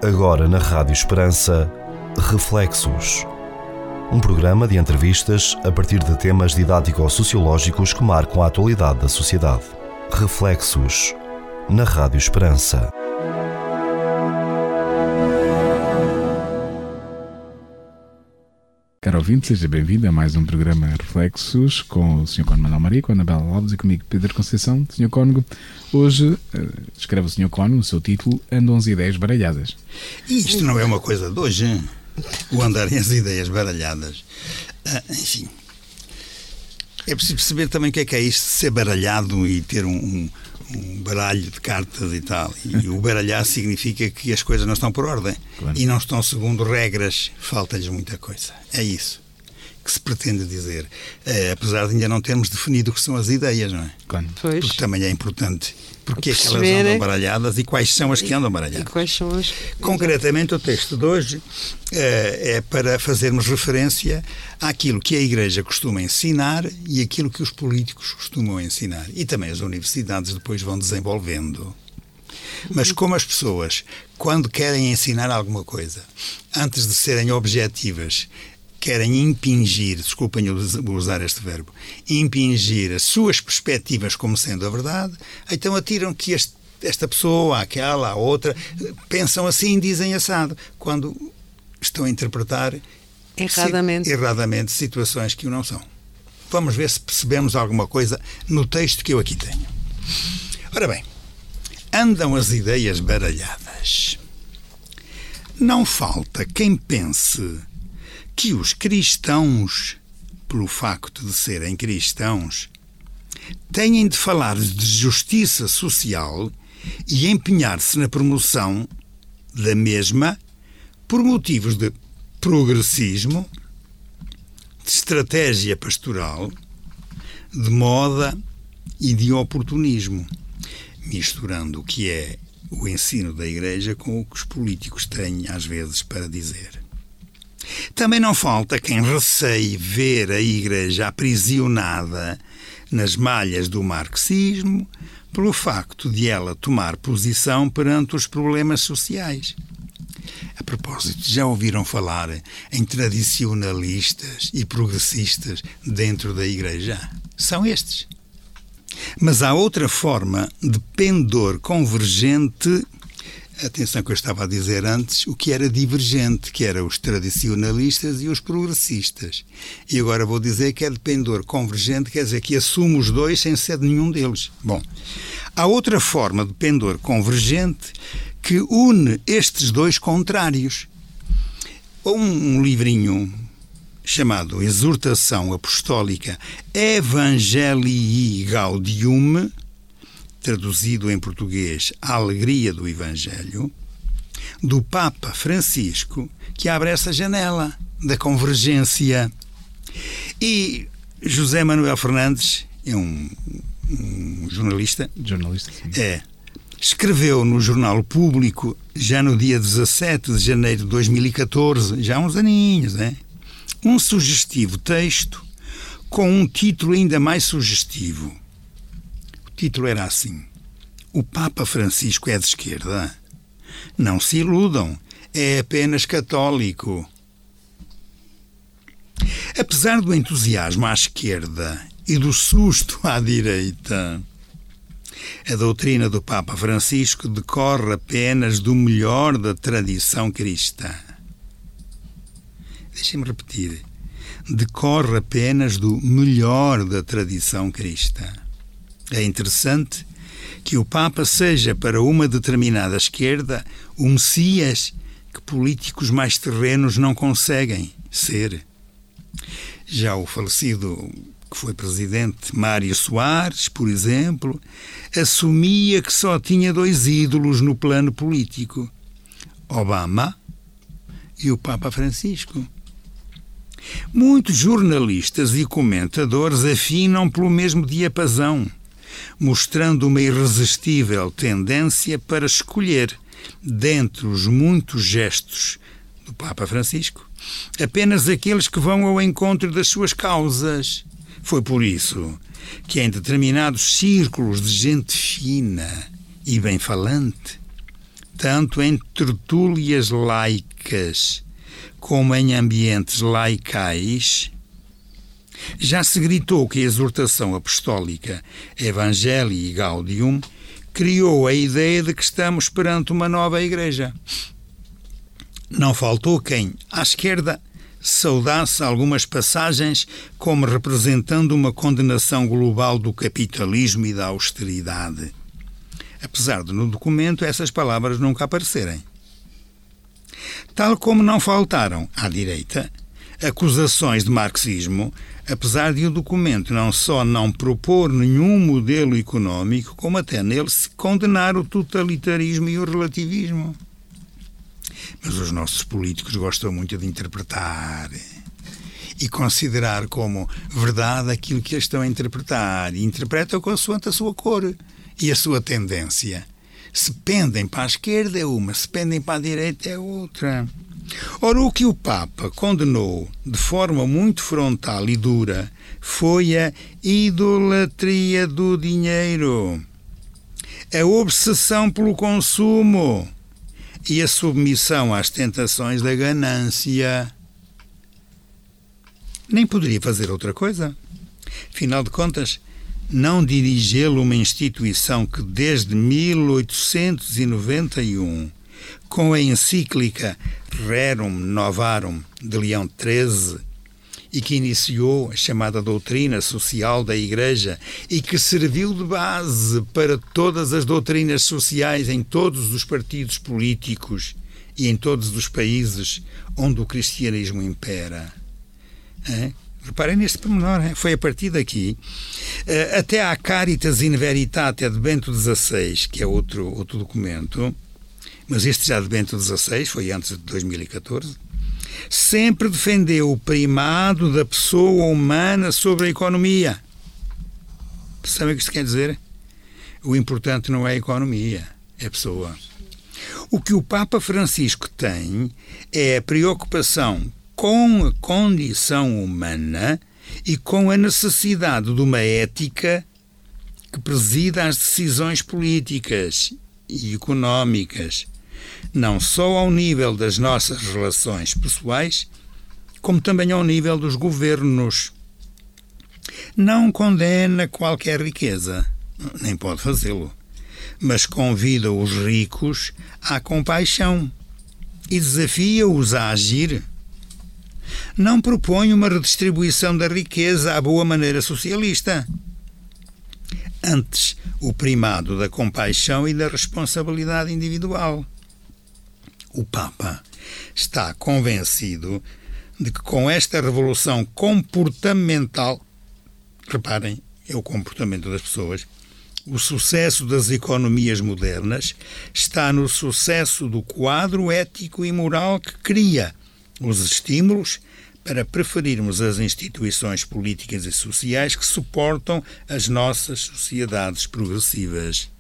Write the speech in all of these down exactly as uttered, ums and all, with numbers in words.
Agora na Rádio Esperança, Reflexos. Um programa de entrevistas a partir de temas didático-sociológicos que marcam a atualidade da sociedade. Reflexos, na Rádio Esperança. Caro ouvinte, seja bem-vindo a mais um programa Reflexos com o senhor Cônego Manuel Maria, com a Anabela Alves e comigo Pedro Conceição. senhor Cônego, hoje, escreve o senhor Cônego no seu título, Andam as ideias baralhadas. E isto não é uma coisa de hoje, hein? O andarem as ideias baralhadas. Ah, enfim, é preciso perceber também o que é que é isto de ser baralhado e ter um, um, um baralho de cartas e tal. E o baralhar significa que as coisas não estão por ordem, claro, e não estão segundo regras, falta-lhes muita coisa. É isso que se pretende dizer. É, apesar de ainda não termos definido o que são as ideias, não é? Claro. Pois. Porque também é importante. Porque é que elas Perceber... andam baralhadas e quais são as que andam baralhadas. E quais são as... Concretamente, o texto de hoje é, é para fazermos referência àquilo que a Igreja costuma ensinar e aquilo que os políticos costumam ensinar. E também as universidades depois vão desenvolvendo. Mas como as pessoas, quando querem ensinar alguma coisa, antes de serem objetivas, querem impingir, desculpem usar este verbo, impingir as suas perspectivas como sendo a verdade, então atiram que este, esta pessoa, aquela, a outra, pensam assim, dizem assado, quando estão a interpretar erradamente. Si, erradamente situações que o não são. Vamos ver se percebemos alguma coisa no texto que eu aqui tenho. Ora bem, andam as ideias baralhadas. Não falta quem pense que os cristãos, pelo facto de serem cristãos, têm de falar de justiça social e empenhar-se na promoção da mesma por motivos de progressismo, de estratégia pastoral, de moda e de oportunismo, misturando o que é o ensino da Igreja com o que os políticos têm, às vezes, para dizer. Também não falta quem receie ver a Igreja aprisionada nas malhas do marxismo pelo facto de ela tomar posição perante os problemas sociais. A propósito, já ouviram falar em tradicionalistas e progressistas dentro da Igreja? São estes. Mas há outra forma de pendor convergente. Atenção que eu estava a dizer antes o que era divergente, que eram os tradicionalistas e os progressistas. E agora vou dizer que é de pendor convergente, quer dizer que assume os dois sem ser de nenhum deles. Bom, há outra forma de pendor convergente que une estes dois contrários. Um, um livrinho chamado Exortação Apostólica Evangelii Gaudium, traduzido em português, A Alegria do Evangelho, do Papa Francisco, que abre essa janela da convergência. E José Manuel Fernandes é um, um jornalista, jornalista sim. É, escreveu no Jornal Público, já no dia dezassete de janeiro de dois mil e catorze, já há uns aninhos, é? Um sugestivo texto com um título ainda mais sugestivo. O título era assim: O Papa Francisco é de esquerda? Não se iludam, é apenas católico. Apesar do entusiasmo à esquerda e do susto à direita, a doutrina do Papa Francisco decorre apenas do melhor da tradição cristã. Deixem-me repetir. Decorre apenas do melhor da tradição cristã. É interessante que o Papa seja para uma determinada esquerda o Messias que políticos mais terrenos não conseguem ser. Já o falecido, que foi presidente, Mário Soares, por exemplo, assumia que só tinha dois ídolos no plano político: Obama e o Papa Francisco. Muitos jornalistas e comentadores afinam pelo mesmo diapasão, mostrando uma irresistível tendência para escolher, dentre os muitos gestos do Papa Francisco, apenas aqueles que vão ao encontro das suas causas. Foi por isso que em determinados círculos de gente fina e bem-falante, tanto em tertúlias laicas como em ambientes laicais, já se gritou que a exortação apostólica Evangelii Gaudium criou a ideia de que estamos perante uma nova igreja. Não faltou quem, à esquerda, saudasse algumas passagens como representando uma condenação global do capitalismo e da austeridade, apesar de no documento essas palavras nunca aparecerem. Tal como não faltaram, à direita, acusações de marxismo, apesar de o documento não só não propor nenhum modelo económico, como até nele se condenar o totalitarismo e o relativismo. Mas os nossos políticos gostam muito de interpretar e considerar como verdade aquilo que eles estão a interpretar, e interpretam consoante a sua cor e a sua tendência. Se pendem para a esquerda é uma, se pendem para a direita é outra. Ora, o que o Papa condenou de forma muito frontal e dura foi a idolatria do dinheiro, a obsessão pelo consumo e a submissão às tentações da ganância. Nem poderia fazer outra coisa. Afinal de contas, não dirigê-lo uma instituição que desde mil oitocentos e noventa e um, com a encíclica Rerum Novarum de Leão treze, e que iniciou a chamada doutrina social da Igreja e que serviu de base para todas as doutrinas sociais em todos os partidos políticos e em todos os países onde o cristianismo impera. É? Reparem neste pormenor, é? Foi a partir daqui, até à Caritas in Veritate de Bento dezasseis, que é outro, outro documento, mas este já de Bento dezasseis, foi antes de dois mil e catorze, sempre defendeu o primado da pessoa humana sobre a economia. Sabem o que isto quer dizer? O importante não é a economia, é a pessoa. O que o Papa Francisco tem é a preocupação com a condição humana e com a necessidade de uma ética que presida às decisões políticas e económicas, não só ao nível das nossas relações pessoais, como também ao nível dos governos. Não condena qualquer riqueza, nem pode fazê-lo, mas convida os ricos à compaixão e desafia-os a agir. Não propõe uma redistribuição da riqueza à boa maneira socialista. Antes, o primado da compaixão e da responsabilidade individual. O Papa está convencido de que com esta revolução comportamental, reparem, é o comportamento das pessoas, o sucesso das economias modernas está no sucesso do quadro ético e moral que cria os estímulos para preferirmos as instituições políticas e sociais que suportam as nossas sociedades progressivas.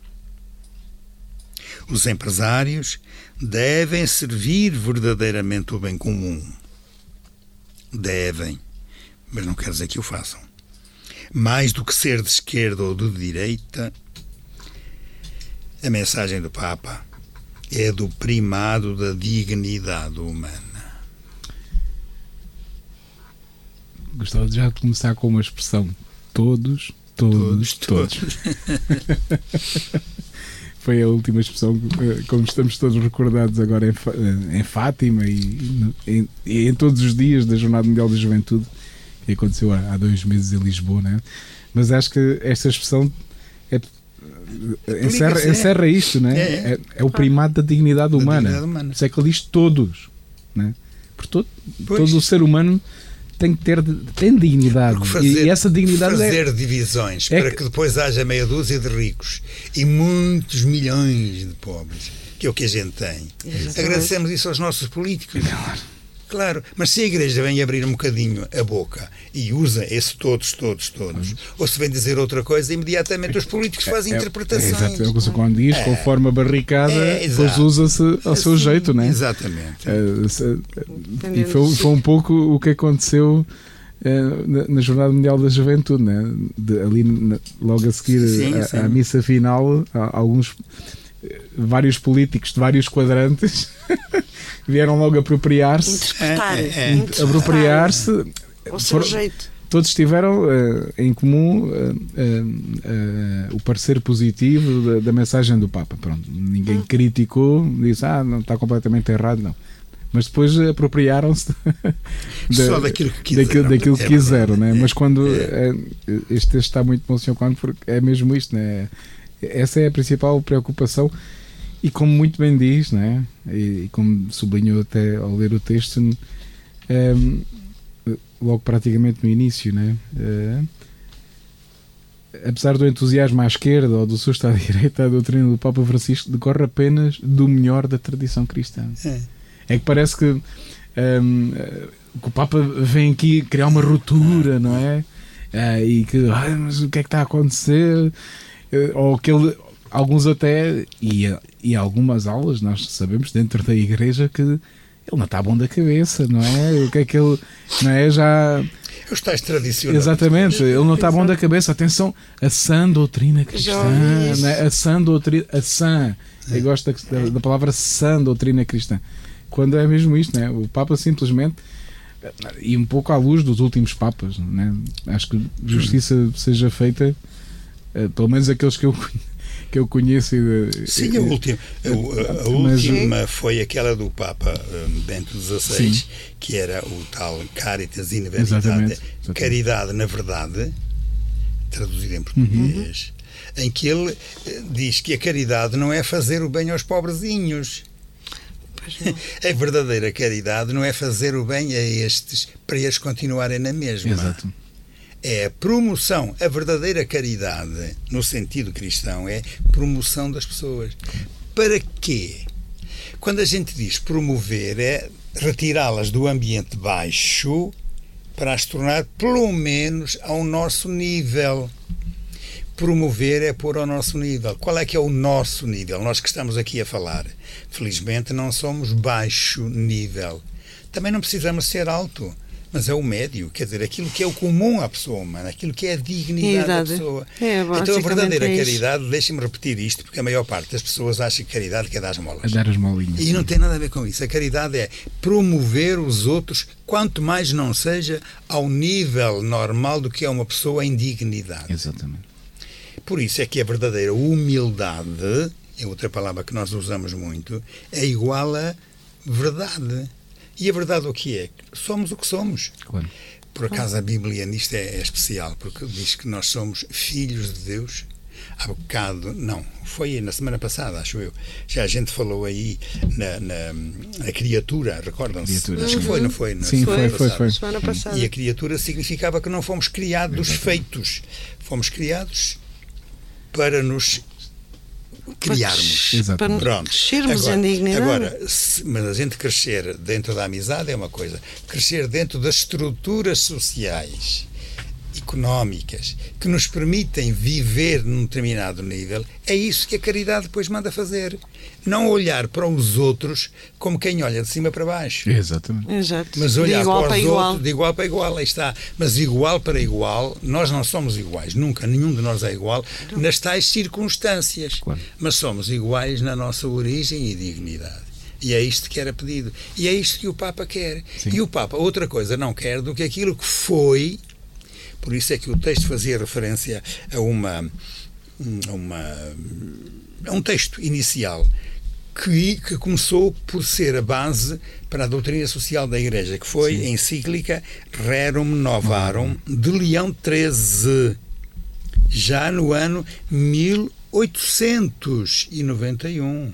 Os empresários devem servir verdadeiramente o bem comum. Devem, mas não quer dizer que o façam. Mais do que ser de esquerda ou de direita, a mensagem do Papa é do primado da dignidade humana. Gostava de já começar com uma expressão: todos, todos, todos. todos. Foi a última expressão, como estamos todos recordados agora em, em Fátima e em, em todos os dias da Jornada Mundial da Juventude, que aconteceu há, há dois meses em Lisboa, né? Mas acho que esta expressão é, encerra, encerra isto, né? É, é. É, é o primado da dignidade humana. Dignidade humana. Por isso é que ele diz todos, né? Por todo, todo o ser humano tem que ter tem dignidade. Fazer, e essa dignidade fazer é, divisões é para que depois haja meia dúzia de ricos e muitos milhões de pobres, que é o que a gente tem. Exatamente. Agradecemos isso aos nossos políticos. Claro. Claro, mas se a Igreja vem abrir um bocadinho a boca e usa esse todos, todos, todos, uhum. ou se vem dizer outra coisa, imediatamente os políticos fazem é, interpretações. É, exato, é o que o Sr. diz, é, conforme a barricada, é, depois usa-se ao seu assim, jeito, não é? Exatamente. É, se, e foi, foi um pouco o que aconteceu é, na, na Jornada Mundial da Juventude, né? De, ali na, logo a seguir sim, a, sim. a missa final, há, alguns vários políticos de vários quadrantes vieram logo apropriar-se, Interpretar. É, é, é. interpretar apropriar-se. ao seu For- jeito. Todos tiveram uh, em comum uh, uh, uh, o parecer positivo da, da mensagem do Papa. Pronto, ninguém criticou, disse, ah, não está completamente errado, não. Mas depois apropriaram-se da- Só daquilo que quiseram. daquilo, daquilo que É quiseram, verdade. né? É. Mas quando É. eh, este texto está muito bom, senhor Conde, porque é mesmo isto, né? Essa é a principal preocupação. E como muito bem diz, né? e, e como sublinhou até ao ler o texto, um, logo praticamente no início, né? Uh, apesar do entusiasmo à esquerda ou do susto à direita, a doutrina do Papa Francisco decorre apenas do melhor da tradição cristã. É. É que parece que, um, que o Papa vem aqui criar uma ruptura, não é? Uh, e que, ah, mas o que é que está a acontecer? Uh, ou que ele, alguns até, e, e algumas aulas, nós sabemos dentro da igreja que ele não está bom da cabeça, não é? O que é que ele, não é? Já. Os tais tradicionais. Exatamente, ele não está bom da cabeça. Atenção, a sã doutrina cristã, Já ouvi isso. não é? A sã doutrina, a sã, eu gosto da, da palavra sã doutrina cristã. Quando é mesmo isto, né? O Papa simplesmente, e um pouco à luz dos últimos Papas, né? Acho que justiça seja feita, uh, pelo menos aqueles que eu, que eu conheço. E, Sim, a última, a, a Mas- última foi aquela do Papa um, Bento dezasseis, Sim. que era o tal Caritas in Veritate, Exatamente, exatamente. caridade na verdade, traduzido em português, em que ele eh, diz que a caridade não é fazer o bem aos pobrezinhos. Pois não. A verdadeira caridade não é fazer o bem a estes para eles continuarem na mesma. Exato. É a promoção. A verdadeira caridade, no sentido cristão, é promoção das pessoas. Para quê? Quando a gente diz promover, é retirá-las do ambiente baixo para as tornar, pelo menos, ao nosso nível. Promover é pôr ao nosso nível. Qual é que é o nosso nível? Nós que estamos aqui a falar. Felizmente não somos baixo nível. Também não precisamos ser alto, mas é o médio, quer dizer, aquilo que é o comum à pessoa humana, aquilo que é a dignidade da Idade. pessoa. É, Então a basicamente verdadeira é isso. caridade, deixem-me repetir isto, porque a maior parte das pessoas acha que caridade quer dar as A molas. dar as molinhas. E não tem nada a ver com isso. A caridade é promover os outros, quanto mais não seja ao nível normal do que é uma pessoa em dignidade. Exatamente. Por isso é que a verdadeira humildade, é outra palavra que nós usamos muito, é igual a verdade. E a verdade o que é? Somos o que somos. Claro. Por acaso a Bíblia nisto é, é especial, porque diz que nós somos filhos de Deus. Há bocado, não, foi na semana passada, acho eu, já a gente falou aí na, na, na criatura, recordam-se? Criatura, Acho que sim. foi, não foi? Na Sim, semana foi, foi, passada. foi. Semana passada. E a criatura significava que não fomos criados feitos, fomos criados para nos criarmos. Exato. Para Pronto. crescermos Agora, em dignidade. agora, se- mas a gente crescer dentro da amizade é uma coisa, crescer dentro das estruturas sociais, económicas, que nos permitem viver num determinado nível, é isso que a caridade depois manda fazer. Não olhar para os outros como quem olha de cima para baixo. Exatamente. Exato. Mas De olhar igual para para os igual. outros de igual para igual, aí está. Mas de igual para igual, nós não somos iguais, nunca, nenhum de nós é igual nas tais circunstâncias. Claro. Mas somos iguais na nossa origem e dignidade. E é isto que era pedido. E é isto que o Papa quer. Sim. E o Papa, outra coisa, não quer do que aquilo que foi. Por isso é que o texto fazia referência a uma, a uma a um texto inicial que, que começou por ser a base para a doutrina social da Igreja, que foi Sim. a encíclica Rerum Novarum de Leão treze, já no ano mil oitocentos e noventa e um.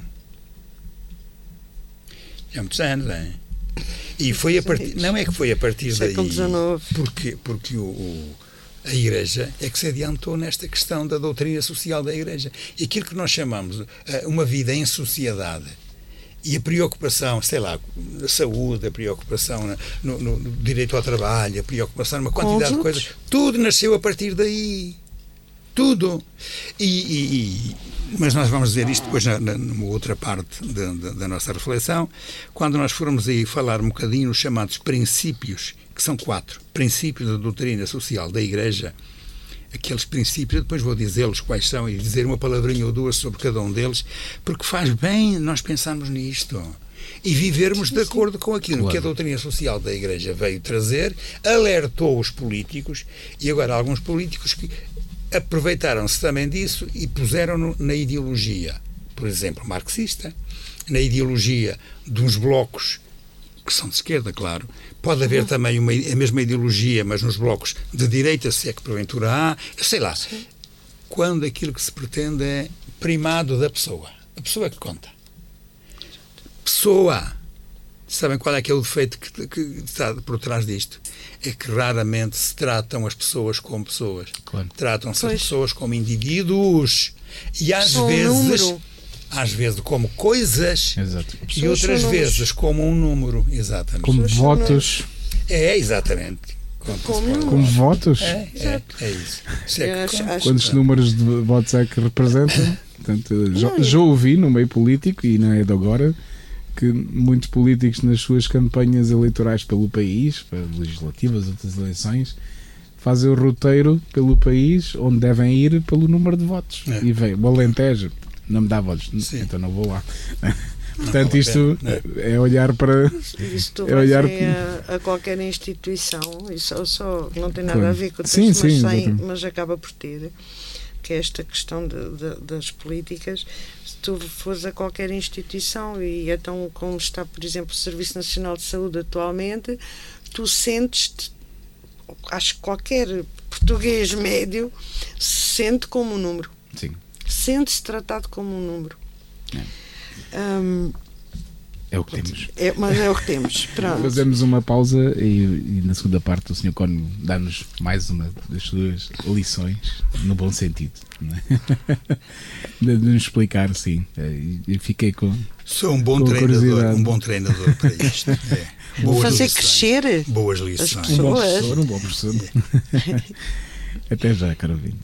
Já há muitos anos, não é? E foi a partir, não é que foi a partir daí, Século dezenove. porque, porque o, o- a Igreja é que se adiantou nesta questão da doutrina social da Igreja. E aquilo que nós chamamos eh, uma vida em sociedade e a preocupação, sei lá, na saúde, a preocupação na- no, no- no direito ao trabalho, a preocupação numa quantidade de os coisas, outros. tudo nasceu a partir daí. Tudo. E, e- e- mas nós vamos dizer isto depois na, na, numa outra parte da, da, da nossa reflexão, quando nós formos aí falar um bocadinho nos chamados princípios, que são quatro, princípios da doutrina social da Igreja, aqueles princípios, eu depois vou dizê-los quais são e dizer uma palavrinha ou duas sobre cada um deles, porque faz bem nós pensarmos nisto e vivermos de acordo com aquilo claro. que a doutrina social da Igreja veio trazer, alertou os políticos, e agora alguns políticos que aproveitaram-se também disso e puseram-no na ideologia, por exemplo, marxista, na ideologia de uns blocos que são de esquerda, claro. Pode haver também uma, a mesma ideologia, mas nos blocos de direita, se é que porventura há, sei lá. Sim. Quando aquilo que se pretende é primado da pessoa. A pessoa é que conta. Pessoa. Sabem qual é que é o defeito que, que está por trás disto? É que raramente se tratam as pessoas como pessoas. Claro. Tratam-se as pessoas como indivíduos. E às Só vezes... Um às vezes como coisas. Exato. E outras vezes como um número. Exatamente. Como votos. É, exatamente. Como, como votos? É, é, é isso. isso é acho, acho Quantos que... números de votos é que representam? Portanto, já, já ouvi no meio político, e não é de agora, que muitos políticos nas suas campanhas eleitorais pelo país, para legislativas, outras eleições, fazem o roteiro pelo país onde devem ir pelo número de votos. É. E vem o Alentejo. Não me dá votos, Sim. então não vou lá. Portanto, vale isto é olhar para. Isso tu é olhar a, a qualquer instituição, isso só não tem nada claro. a ver com o texto, sim, mas, sim, sem, mas acaba por ter, que é esta questão de, de, das políticas. Se tu fores a qualquer instituição, e então, como está, por exemplo, o Serviço Nacional de Saúde atualmente, tu sentes-te, acho que qualquer português médio se sente como um número. Sim. Sente-se tratado como um número. É, um, é o que temos. É, mas é o que temos. Pronto. Fazemos uma pausa e, e na segunda parte o senhor Cónigo dá-nos mais uma das suas lições, no bom sentido. Não é? de, de nos explicar, sim. Eu fiquei com. Sou um bom treinador, um bom treinador para isto. É. Boas Fazer lições. crescer boas lições. As pessoas. Um bom professor, um bom professor. É. Até já, caro ouvinte.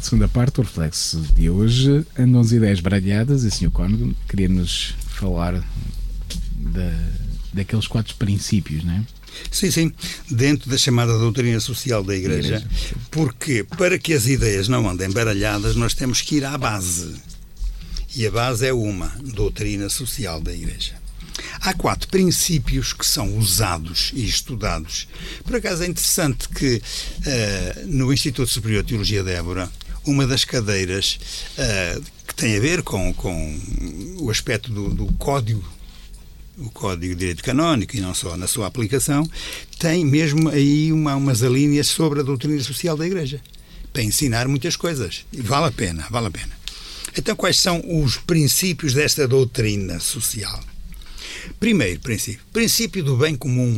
segunda parte do Reflexo de hoje. Andam as ideias baralhadas e o senhor Cónigo queria-nos falar da, daqueles quatro princípios, não é? Sim, sim, dentro da chamada doutrina social da Igreja, Igreja porque para que as ideias não andem baralhadas nós temos que ir à base. E a base é uma, doutrina social da Igreja. Há quatro princípios que são usados e estudados. Por acaso é interessante que uh, no Instituto Superior de Teologia de Évora, uma das cadeiras uh, que tem a ver com, com o aspecto do, do código, o Código de Direito Canónico, e não só na sua aplicação, tem mesmo aí uma, umas alíneas sobre a doutrina social da Igreja, para ensinar muitas coisas. E vale a pena, vale a pena. Então, quais são os princípios desta doutrina social? Primeiro princípio, princípio do bem comum.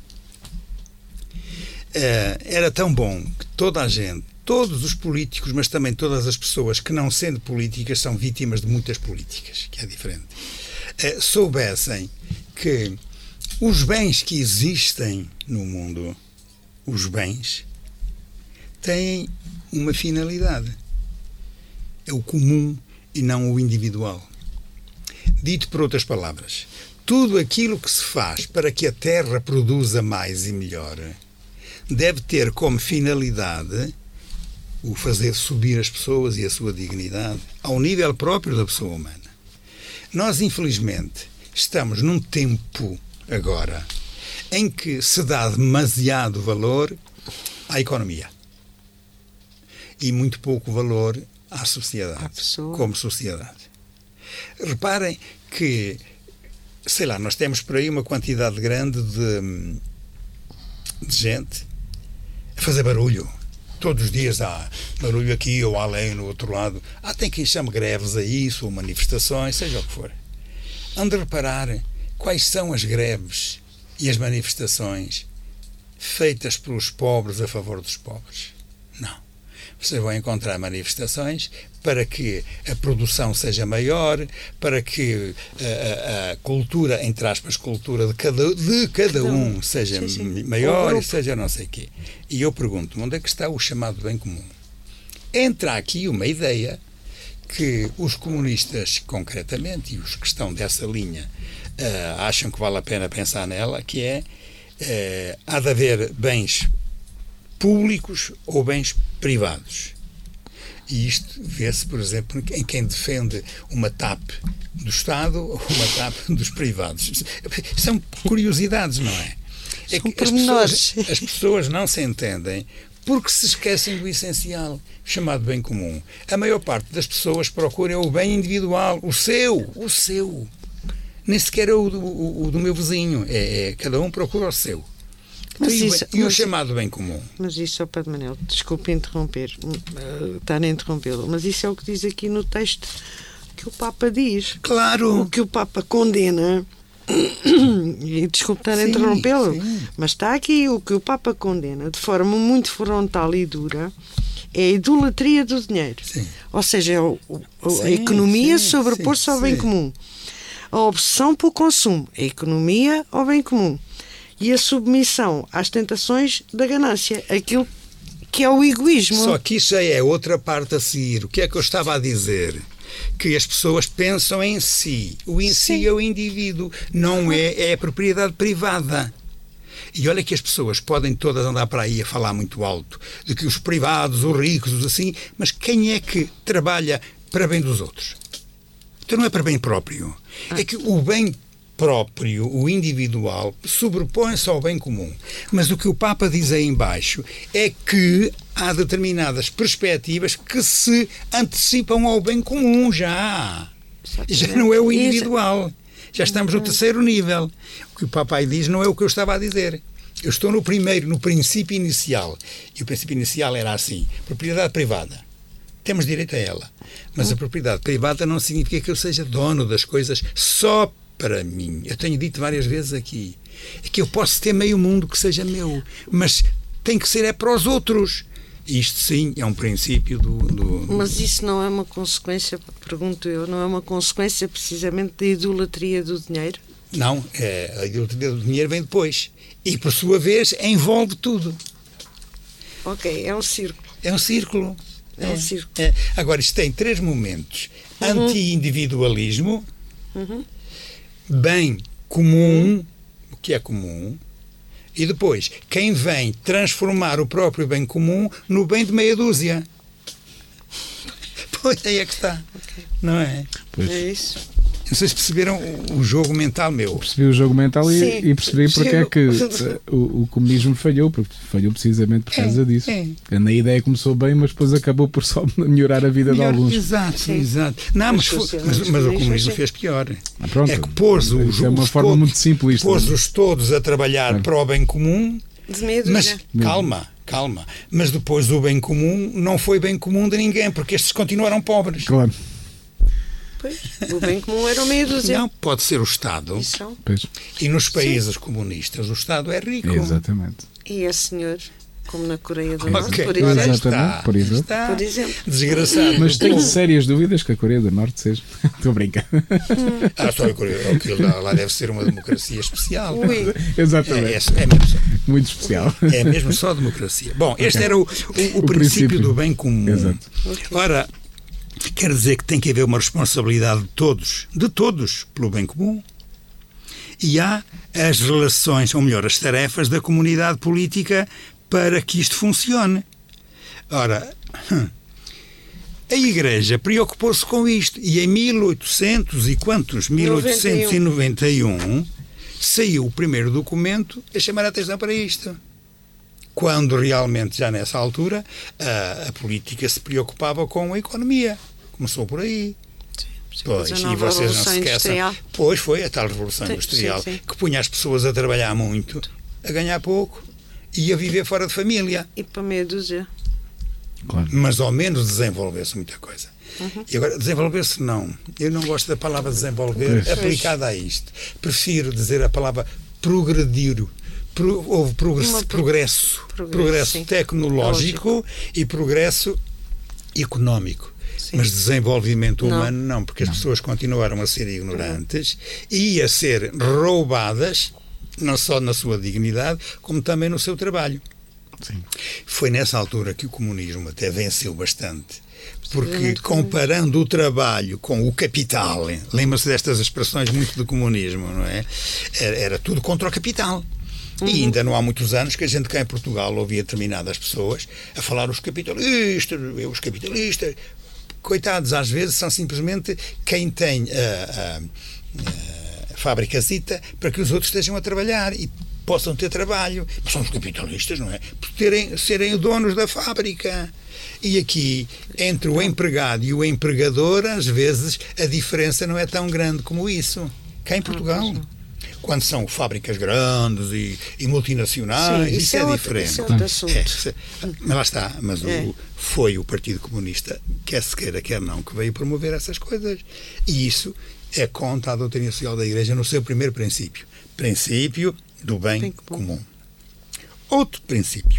Uh, era tão bom que toda a gente, todos os políticos, mas também todas as pessoas que, não sendo políticas, são vítimas de muitas políticas, que é diferente, uh, soubessem que os bens que existem no mundo, os bens, têm uma finalidade. É o comum e não o individual. Dito por outras palavras, tudo aquilo que se faz para que a Terra produza mais e melhor deve ter como finalidade o fazer subir as pessoas e a sua dignidade ao nível próprio da pessoa humana. Nós, infelizmente, estamos num tempo agora em que se dá demasiado valor à economia e muito pouco valor à sociedade, como sociedade. Reparem que, sei lá, nós temos por aí uma quantidade grande de, de gente a fazer barulho. Todos os dias há barulho aqui ou além, no outro lado. Há tem quem chame greves a isso, ou manifestações, seja o que for. Hão de reparar quais são as greves e as manifestações feitas pelos pobres a favor dos pobres. Não. Vocês vão encontrar manifestações para que a produção seja maior, para que a, a, a cultura, entre aspas, cultura de cada, de cada um seja sim, sim. maior, seja não sei o quê. E eu pergunto, onde é que está o chamado bem comum? Entra aqui uma ideia que os comunistas, concretamente, e os que estão dessa linha, uh, acham que vale a pena pensar nela, que é, uh, há de haver bens públicos ou bens privados. E isto vê-se, por exemplo, em quem defende uma T A P do Estado ou uma T A P dos privados. São curiosidades, não é? É que as pessoas, as pessoas não se entendem porque se esquecem do essencial, chamado bem comum. A maior parte das pessoas procura o bem individual, o seu, o seu. Nem sequer é o do, o, o do meu vizinho. É, é, cada um procura o seu. Mas e isso, e o mas, chamado bem comum? Mas isso, oh Padre Manel, desculpe interromper, uh, estar a interrompê-lo, mas isso é o que diz aqui no texto que o Papa diz. Claro! O que o Papa condena, e desculpe estar a interrompê-lo, mas está aqui o que o Papa condena de forma muito frontal e dura, é a idolatria do dinheiro. Sim. Ou seja, é o, o, sim, a economia sobrepor-se ao bem comum. A obsessão pelo consumo, a economia ao bem comum. E a submissão às tentações da ganância, aquilo que é o egoísmo. Só que isso aí é outra parte a seguir. O que é que eu estava a dizer? Que as pessoas pensam em si. O em Sim. si é o indivíduo, não é, é a propriedade privada. E olha que as pessoas podem todas andar para aí a falar muito alto de que os privados, os ricos, os assim, mas quem é que trabalha para bem dos outros? Então não é para bem próprio. Ah. É que o bem próprio, o individual, sobrepõe-se ao bem comum. Mas o que o Papa diz aí embaixo é que há determinadas perspectivas que se antecipam ao bem comum já. Já não é o individual. Já estamos no terceiro nível. O que o Papa aí diz não é o que eu estava a dizer. Eu estou no primeiro, no princípio inicial. E o princípio inicial era assim. Propriedade privada. Temos direito a ela. Mas a propriedade privada não significa que eu seja dono das coisas só para mim. Eu tenho dito várias vezes aqui, é que eu posso ter meio mundo que seja meu, mas tem que ser é para os outros. Isto sim é um princípio do, do... Mas isso não é uma consequência, pergunto eu, não é uma consequência precisamente da idolatria do dinheiro? Não, é, a idolatria do dinheiro vem depois. E por sua vez envolve tudo. Ok, é um círculo. É um círculo. É, é um círculo. É. Agora, isto tem três momentos. Uhum. Anti-individualismo, uhum. bem comum, uhum. o que é comum, e depois, quem vem transformar o próprio bem comum no bem de meia dúzia. Pois, aí é que está. Okay. Não é? Pois. É isso. Não sei se perceberam o jogo mental meu. Percebi o jogo mental e, Sim, e percebi porque é que o, o comunismo falhou, porque falhou precisamente por causa é, disso. É. Na ideia começou bem, mas depois acabou por só melhorar a vida Melhor, de alguns. Exato, sim. exato. Não, mas, mas, mas, mas o comunismo fez pior. Ah, pronto. É que pôs os, é uma forma todos, muito simplista. Pôs-os todos a trabalhar é. para o bem comum, mas já. calma, calma. Mas depois o bem comum não foi bem comum de ninguém, porque estes continuaram pobres. Claro. Pois, o bem comum era o meia dúzia. Não, pode ser o Estado. Pois. E nos países Sim. comunistas o Estado é rico. Exatamente. E é senhor, como na Coreia do Norte, okay. por exemplo. Exatamente, está, por exemplo. está. Por exemplo. Desgraçado. Mas tenho sérias dúvidas que a Coreia do Norte seja. Estou a brincar. Ah, só a Coreia. Aquilo lá deve ser uma democracia especial. Ui. Exatamente. É, é, é mesmo só, muito especial. É mesmo só democracia. Bom, este okay. era o, o, o, o princípio, princípio do bem comum. Exato. Okay. Ora, quer dizer que tem que haver uma responsabilidade de todos, de todos, pelo bem comum. E há as relações, ou melhor, as tarefas da comunidade política para que isto funcione. Ora, a Igreja preocupou-se com isto e em mil e oitocentos e quantos? mil oitocentos e noventa e um saiu o primeiro documento a chamar a atenção para isto. Quando realmente, já nessa altura, a, a política se preocupava com a economia. Começou por aí. Sim, pois, e vocês não se esqueçam. Pois foi a tal Revolução sim, Industrial sim, sim. que punha as pessoas a trabalhar muito, a ganhar pouco e a viver fora de família. E para meia dúzia. Claro. Mas ao menos desenvolveu-se muita coisa. Uhum. E agora, desenvolver-se não. Eu não gosto da palavra desenvolver pois. aplicada a isto. Prefiro dizer a palavra progredir. Pro, houve progresso, pro, progresso, progresso, progresso tecnológico Lógico. e progresso económico. Sim. Mas desenvolvimento não. humano não, porque as não. pessoas continuaram a ser ignorantes não. e a ser roubadas, não só na sua dignidade, como também no seu trabalho. Sim. Foi nessa altura que o comunismo até venceu bastante. Porque comparando o trabalho com o capital, lembra-se destas expressões muito do comunismo, não é? Era, era tudo contra o capital. Uhum. E ainda não há muitos anos que a gente cá em Portugal ouvia determinadas pessoas a falar os capitalistas, os capitalistas. Coitados, às vezes são simplesmente quem tem a, a, a fábricazita para que os outros estejam a trabalhar e possam ter trabalho. Mas são os capitalistas, não é? Por terem, serem donos da fábrica. E aqui, entre o empregado e o empregador, às vezes a diferença não é tão grande como isso. Cá em Portugal. Quando são fábricas grandes e, e multinacionais, Sim, isso, isso é, é outro, diferente. Isso é outro assunto. É, mas lá está, mas é. o, foi o Partido Comunista, quer se queira, quer não, que veio promover essas coisas. E isso é contra a doutrina social da Igreja no seu primeiro princípio. Princípio do bem, bem comum. comum. Outro princípio.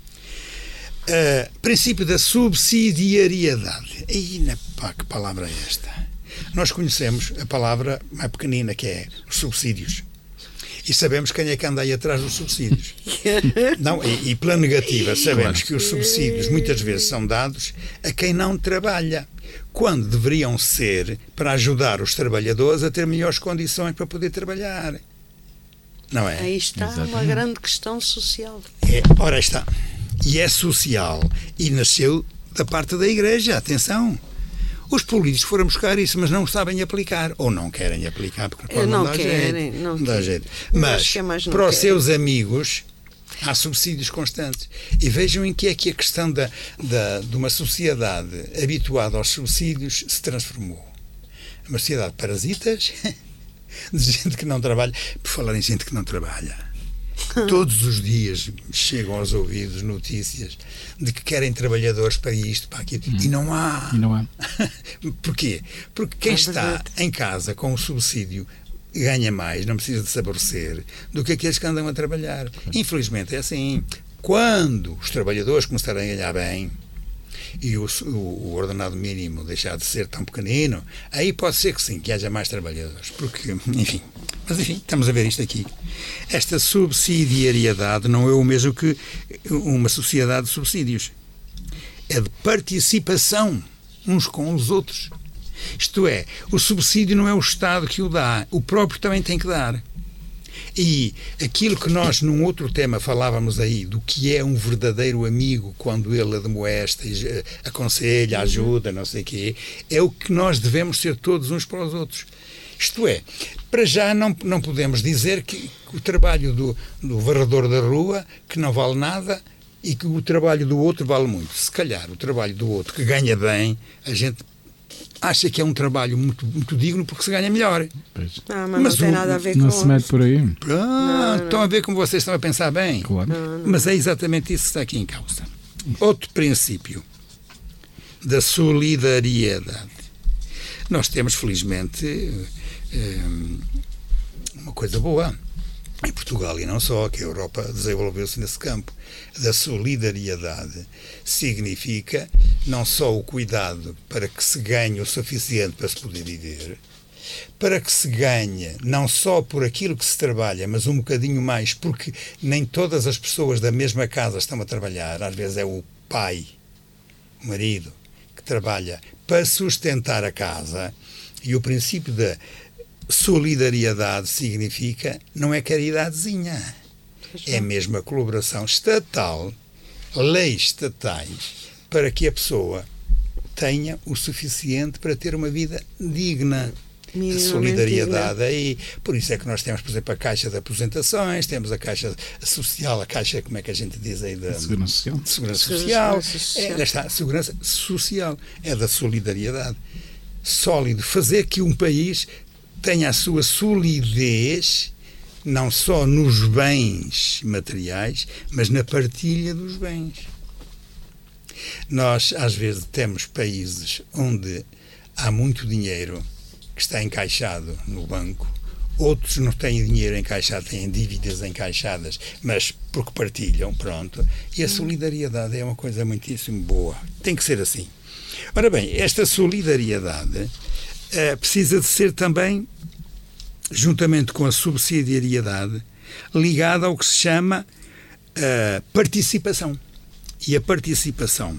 Uh, princípio da subsidiariedade. E na pá, que palavra é esta? Nós conhecemos a palavra mais pequenina, que é os subsídios. E sabemos quem é que anda aí atrás dos subsídios. Não, e, e pela negativa, sabemos claro. que os subsídios muitas vezes são dados a quem não trabalha, quando deveriam ser para ajudar os trabalhadores a ter melhores condições para poder trabalhar. Não é? Aí está Exatamente. uma grande questão social. É, ora está. E é social. E nasceu da parte da Igreja. Atenção. Os políticos foram buscar isso, mas não sabem aplicar. Ou não querem aplicar, porque pode não, não dar querem, jeito. Não, não dá jeito. Mas, é para querem. os seus amigos, há subsídios constantes. E vejam em que é que a questão da, da, de uma sociedade habituada aos subsídios se transformou. Uma sociedade de parasitas, de gente que não trabalha. Por falar em gente que não trabalha. Todos os dias chegam aos ouvidos notícias de que querem trabalhadores para isto, para aquilo, hum. e não há. E não há. Porquê? Porque quem é está em casa com o subsídio ganha mais, não precisa de se aborrecer, do que aqueles que andam a trabalhar. Infelizmente é assim. Quando os trabalhadores começarem a ganhar bem e o, o, o ordenado mínimo deixar de ser tão pequenino, aí pode ser que sim, que haja mais trabalhadores. Porque, enfim... Mas, enfim, estamos a ver isto aqui. Esta subsidiariedade não é o mesmo que uma sociedade de subsídios. é de participação uns com os outros. Isto é, o subsídio não é o Estado que o dá, o próprio também tem que dar. E aquilo que nós, num outro tema, falávamos aí, do que é um verdadeiro amigo quando ele admoesta, aconselha, ajuda, não sei o quê, é o que nós devemos ser todos uns para os outros. Isto é, para já não, não podemos dizer que o trabalho do, do varredor da rua, que não vale nada, e que o trabalho do outro vale muito. Se calhar o trabalho do outro, que ganha bem, a gente acha que é um trabalho muito, muito digno porque se ganha melhor. Não, mas, mas não tem o, nada a ver não com se mete por aí. Ah, não, não. Estão a ver como vocês estão a pensar bem? Claro. Não, não. Mas é exatamente isso que está aqui em causa. Outro princípio da solidariedade. Nós temos, felizmente, uma coisa boa em Portugal e não só, que a Europa desenvolveu-se nesse campo. Da solidariedade significa não só o cuidado para que se ganhe o suficiente para se poder viver, para que se ganhe não só por aquilo que se trabalha, mas um bocadinho mais, porque nem todas as pessoas da mesma casa estão a trabalhar. Às vezes é o pai, o marido, que trabalha para sustentar a casa, e o princípio da solidariedade significa, não é caridadezinha, é mesmo a colaboração estatal, leis estatais, para que a pessoa tenha o suficiente para ter uma vida digna. A solidariedade aí, por isso é que nós temos, por exemplo, a Caixa de Aposentações, temos a Caixa Social, a Caixa, como é que a gente diz aí, da Segurança Social, de Segurança Social, Segurança Social. É, está, Segurança Social, é da solidariedade. Sólido, fazer que um país tenha a sua solidez, não só nos bens materiais, mas na partilha dos bens. Nós, às vezes, temos países onde há muito dinheiro que está encaixado no banco, outros não têm dinheiro encaixado, têm dívidas encaixadas, mas porque partilham, pronto. E a solidariedade é uma coisa muitíssimo boa. Tem que ser assim. Ora bem, esta solidariedade eh, precisa de ser também, juntamente com a subsidiariedade, ligada ao que se chama uh, participação. E a participação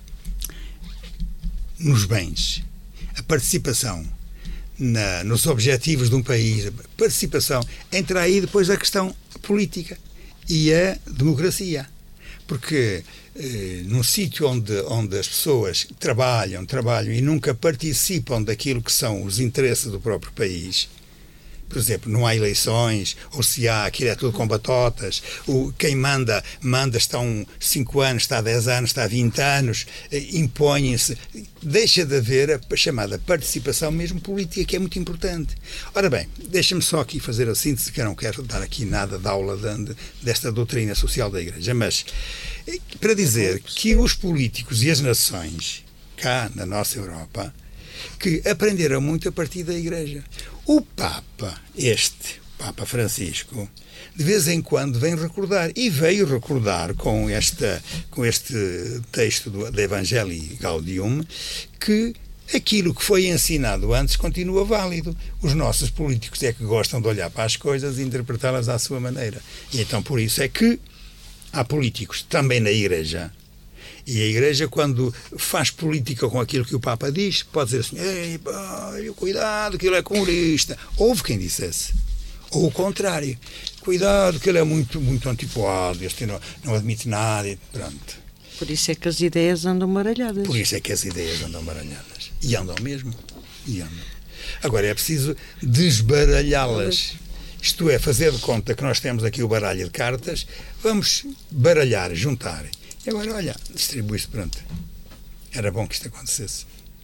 nos bens, a participação na, nos objetivos de um país, a participação, entra aí depois a questão política e a democracia. Porque eh, num sítio onde, onde as pessoas trabalham, trabalham e nunca participam daquilo que são os interesses do próprio país, por exemplo, não há eleições, ou se há, aquilo é tudo com batotas, o, quem manda, manda, está há cinco anos, está há dez anos, está há vinte anos, impõem-se, deixa de haver a chamada participação mesmo política, que é muito importante. Ora bem, deixa-me só aqui fazer a síntese, que eu não quero dar aqui nada de aula de, desta doutrina social da Igreja, mas para dizer que os políticos e as nações, cá na nossa Europa, que aprenderam muito a partir da Igreja. O Papa, este, Papa Francisco, de vez em quando vem recordar, e veio recordar com, esta, com este texto do, do Evangelii Gaudium, que aquilo que foi ensinado antes continua válido. Os nossos políticos é que gostam de olhar para as coisas e interpretá-las à sua maneira. E então por isso é que há políticos também na Igreja. E a Igreja, quando faz política com aquilo que o Papa diz, pode dizer assim, ei, pá, cuidado, que ele é comunista. Houve quem dissesse. Ou o contrário, cuidado, que ele é muito, muito antiquado, este não, não admite nada, e pronto. Por isso é que as ideias andam baralhadas. Por isso é que as ideias andam baralhadas. E andam mesmo. E andam. Agora é preciso desbaralhá-las. Isto é, fazer de conta que nós temos aqui o baralho de cartas, vamos baralhar, juntar. E agora, olha, distribui-se, pronto. Era bom que isto acontecesse.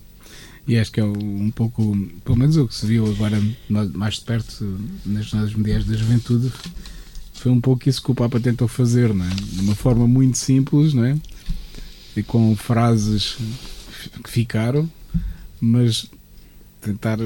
E acho que é um pouco, pelo menos o que se viu agora mais de perto nas Jornadas Mundiais da Juventude, foi um pouco isso que o Papa tentou fazer, não é? De uma forma muito simples, não é? E com frases que ficaram, mas tentar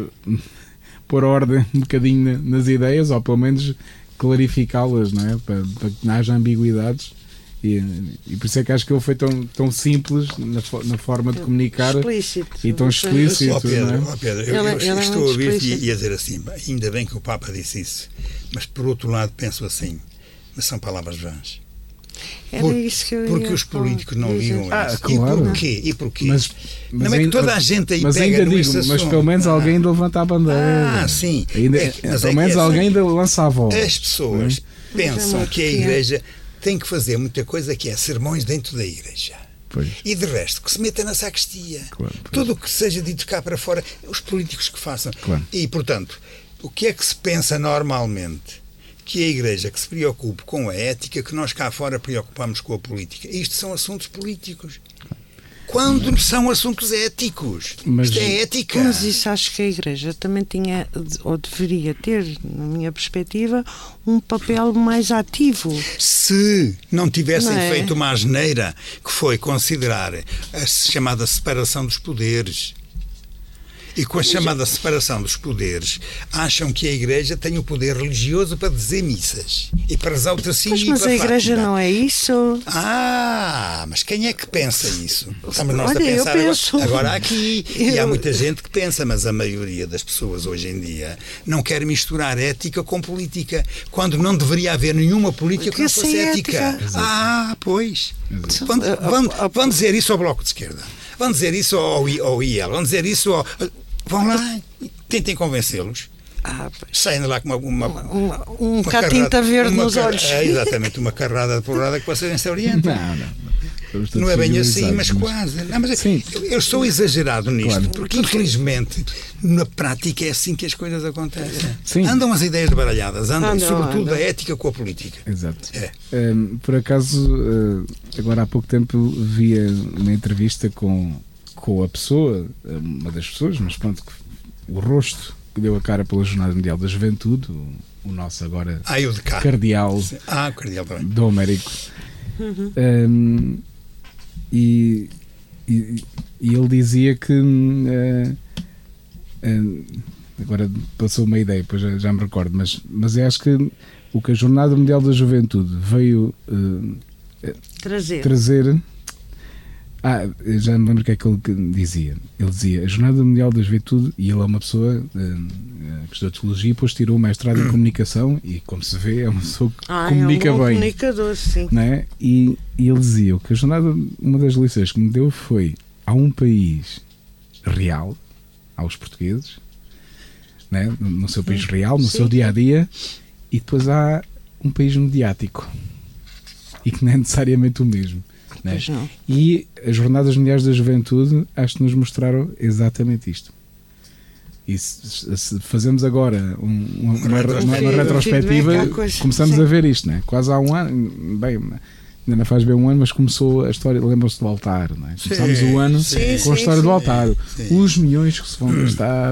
pôr ordem um bocadinho nas ideias, ou pelo menos clarificá-las, não é? Para, para que não haja ambiguidades. E, e por isso é que acho que ele foi tão, tão simples na, na forma de comunicar explícito. E tão explícito. Oh, Pedro, não é? oh, Pedro eu, Ela, eu, eu ela estou é a ouvir e explícito. a dizer assim, ainda bem que o Papa disse isso, mas por outro lado penso assim, mas são palavras vãs. Era Por, isso que eu ia porque os políticos não dizer. ligam a Ah, isso. claro. E porquê? E porquê? Mas, mas não é que ainda- toda a gente aí mas pega ainda nesse digo, mas assunto. pelo menos Ah. alguém ainda levanta a bandeira. Ah, sim. Ainda, É, mas pelo é menos que alguém essa- ainda lança a voz. As pessoas pensam Mas é que a uma igreja tem que fazer muita coisa que é sermões dentro da igreja. Pois. E de resto, que se meta na sacristia. Claro, pois. Tudo o que seja dito cá para fora, os políticos que façam. Claro. E, portanto, o que é que se pensa normalmente? Que a igreja que se preocupe com a ética, que nós cá fora preocupamos com a política. Isto são assuntos políticos. Quando são assuntos éticos. Mas- Isto é ética. Mas isso acho que a Igreja também tinha, ou deveria ter, na minha perspectiva, um papel mais ativo. Se não tivessem Não é? feito uma asneira que foi considerar a chamada separação dos poderes. E com a chamada separação dos poderes, acham que a Igreja tem o poder religioso para dizer missas e para rezar o tercinho Pois, e mas para a Igreja Fátima. não é isso. Ah, mas quem é que pensa isso? Estamos nós Olha, a eu pensar penso. agora, agora aqui. E há Eu- muita gente que pensa, mas a maioria das pessoas hoje em dia não quer misturar ética com política, quando não deveria haver nenhuma política que não Porque fosse sem ética. ética. Ah, pois. Vão, vão, vão dizer isso ao Bloco de Esquerda. Vão dizer isso ao, I- ao I L. Vão dizer isso ao... Vão lá, tentem convencê-los. Ah, pois. Saem de lá com uma... uma, Uma- um uma bocado de carrada- tinta verde uma nos car- olhos. É, exatamente, uma carrada de porrada que vocês se orientam. Não, não. Estamos todos Não é bem assim, civilizados, mas quase. Não, mas é- Sim. eu, eu sou exagerado nisto, Claro. porque infelizmente na prática é assim que as coisas acontecem. Sim. Andam as ideias baralhadas, andam, Andam, sobretudo andam. a ética com a política. Exato. É. Um, por acaso, uh, agora há pouco tempo via uma entrevista com, com a pessoa, uma das pessoas, mas pronto, o rosto que deu a cara pela Jornada Mundial da Juventude, o, o nosso agora Ah, eu de cá. cardeal Ah, o cardeal também. Dom Américo. Um, e, e, e ele dizia que uh, uh, agora passou uma ideia, depois já, já me recordo, mas, mas eu acho que o que a Jornada Mundial da Juventude veio uh, Trazer. trazer. Ah, eu já me lembro o que é que ele dizia. Ele dizia: a Jornada Mundial da Juventude, e ele é uma pessoa uh, que estudou teologia, depois tirou o mestrado em comunicação, e como se vê, é uma pessoa que Ah, comunica é um bom bem. comunicador, sim. Não é? e, e ele dizia: o que a jornada, uma das lições que me deu foi: há um país real, aos portugueses, não é? no, no seu país real, no Sim. seu dia a dia, e depois há um país mediático e que não é necessariamente o mesmo. Não é? Pois não. E as Jornadas Mundiais da Juventude acho que nos mostraram exatamente isto. E se, se fazemos agora um, uma, uma, uma, uma Feedback retrospectiva, à coisa. começamos Sim. a ver isto, não é? Quase há um ano, bem, ainda não faz bem um ano, mas começou a história, lembram-se do altar, não é? Começámos o ano sim, com a sim, história sim. do altar, Sim. os milhões que se vão gastar,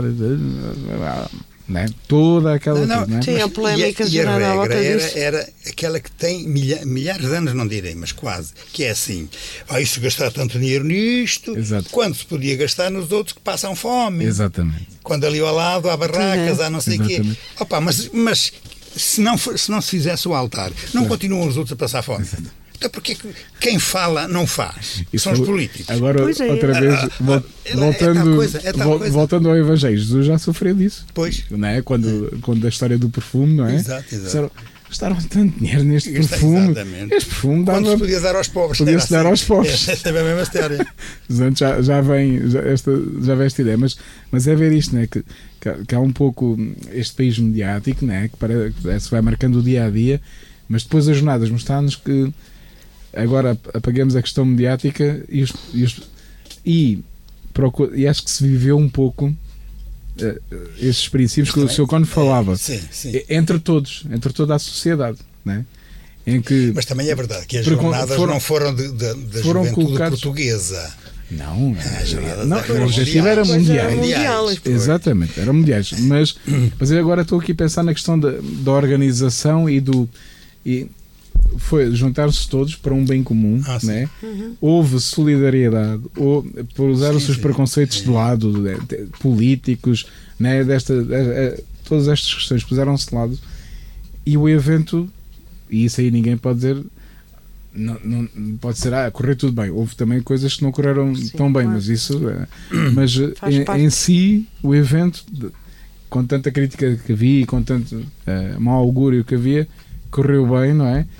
não é? Toda aquela Não, não, coisa, não é? Sim, a polémica e a, e a gerada à volta regra era, disso. era aquela que tem milha, milhares de anos, não direi, mas quase, que é assim: ah, e se gastar tanto dinheiro nisto, Exato. quando se podia gastar nos outros que passam fome? Exatamente. Quando ali ao lado há barracas, Sim, há não sei o quê. Exatamente. Opa, mas, mas se, não for, se não se fizesse o altar, não continuam os outros a passar fome? Então porquê que quem fala não faz? Isso São os foi- políticos. Agora, Pois é. outra Ah, vez, ah, vol- ah, é tal voltando, coisa, é tal vol- coisa. voltando ao Evangelho, Jesus já sofreu disso. Pois. Não é? Quando, quando a história do perfume, não é? Exato, exato. Disseram, gastaram tanto dinheiro neste Gasta- perfume. exatamente. Este perfume Quando dava. se podia dar aos pobres. Podia-se era dar assim. aos pobres. Essa é a mesma história. Portanto, já, já vem já, esta, já vem esta ideia, mas, mas é ver isto, né? que, que, há- que há um pouco este país mediático, né? que, para, que se vai marcando o dia a dia, mas depois as jornadas mostrar-nos que agora apagamos a questão mediática e, os, e, os, e, procu- e acho que se viveu um pouco uh, esses princípios que o senhor Cone falava, Sim, sim. entre todos, entre toda a sociedade, né? Em que Mas também é verdade que as Porque jornadas foram- não foram de, de, da foram juventude colocados- portuguesa. não, As jornadas não, eram o objetivo era mundiais. mundial. Era mundial. Mundiais. Exatamente, eram mundiais. Mas, mas eu agora estou aqui a pensar na questão da, da organização e do. E foi juntar-se todos para um bem comum, Ah, sim. né? Houve solidariedade, ou puseram-se Sim, os sim. preconceitos de lado, de- de- políticos, né? Desta, de- eh, todas estas questões puseram-se de lado e o evento, e isso aí ninguém pode dizer. Não, não pode ser, ah, correu tudo bem. Houve também coisas que não correram Sim, tão bem, claro. mas isso. eh, Mas eh, Faz em, parte. em si, o evento, de- com tanta crítica que havia e com tanto eh, mau augúrio que havia, correu bem, não é?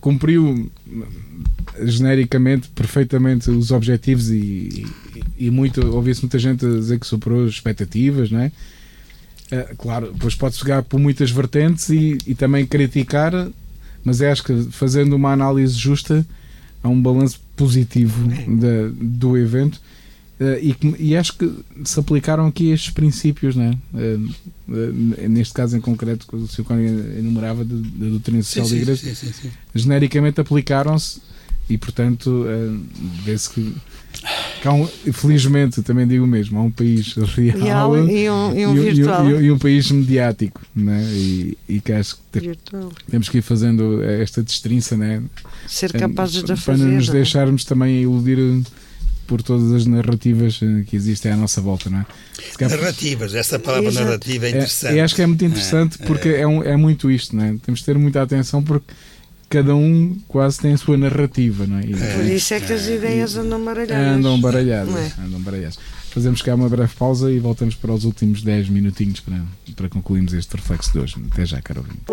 cumpriu genericamente, perfeitamente os objetivos e, e, e muito, ouvi-se muita gente a dizer que superou as expectativas, não é? Uh, claro, depois pode-se pegar por muitas vertentes e, e também criticar, mas eu acho que fazendo uma análise justa há um balanço positivo da, do evento. Uh, e, e acho que se aplicaram aqui estes princípios, não é? Uh, uh, neste caso em concreto, que o senhor Cónigo enumerava da doutrina social da Igreja, sim, sim, sim. Genericamente aplicaram-se e, portanto, uh, vê-se que, que há um, felizmente, também digo mesmo, há um país real e um, e um, e, virtual. E, e, e um país mediático, não é? e, e que acho que te, temos que ir fazendo esta destrinça, não é? Ser capazes uh, de fazer. Para não nos não é? deixarmos também iludir por todas as narrativas que existem à nossa volta, não é? Narrativas, essa palavra Exato. narrativa é interessante. É, eu acho que é muito interessante é, porque é, é, um, é muito isto, não é? Temos de ter muita atenção porque cada um quase tem a sua narrativa, não é? E, por isso é que as ideias andam baralhadas. Andam baralhadas, é? andam baralhadas. Fazemos cá uma breve pausa e voltamos para os últimos dez minutinhos para, para concluirmos este reflexo de hoje. Até já, caro ouvinte.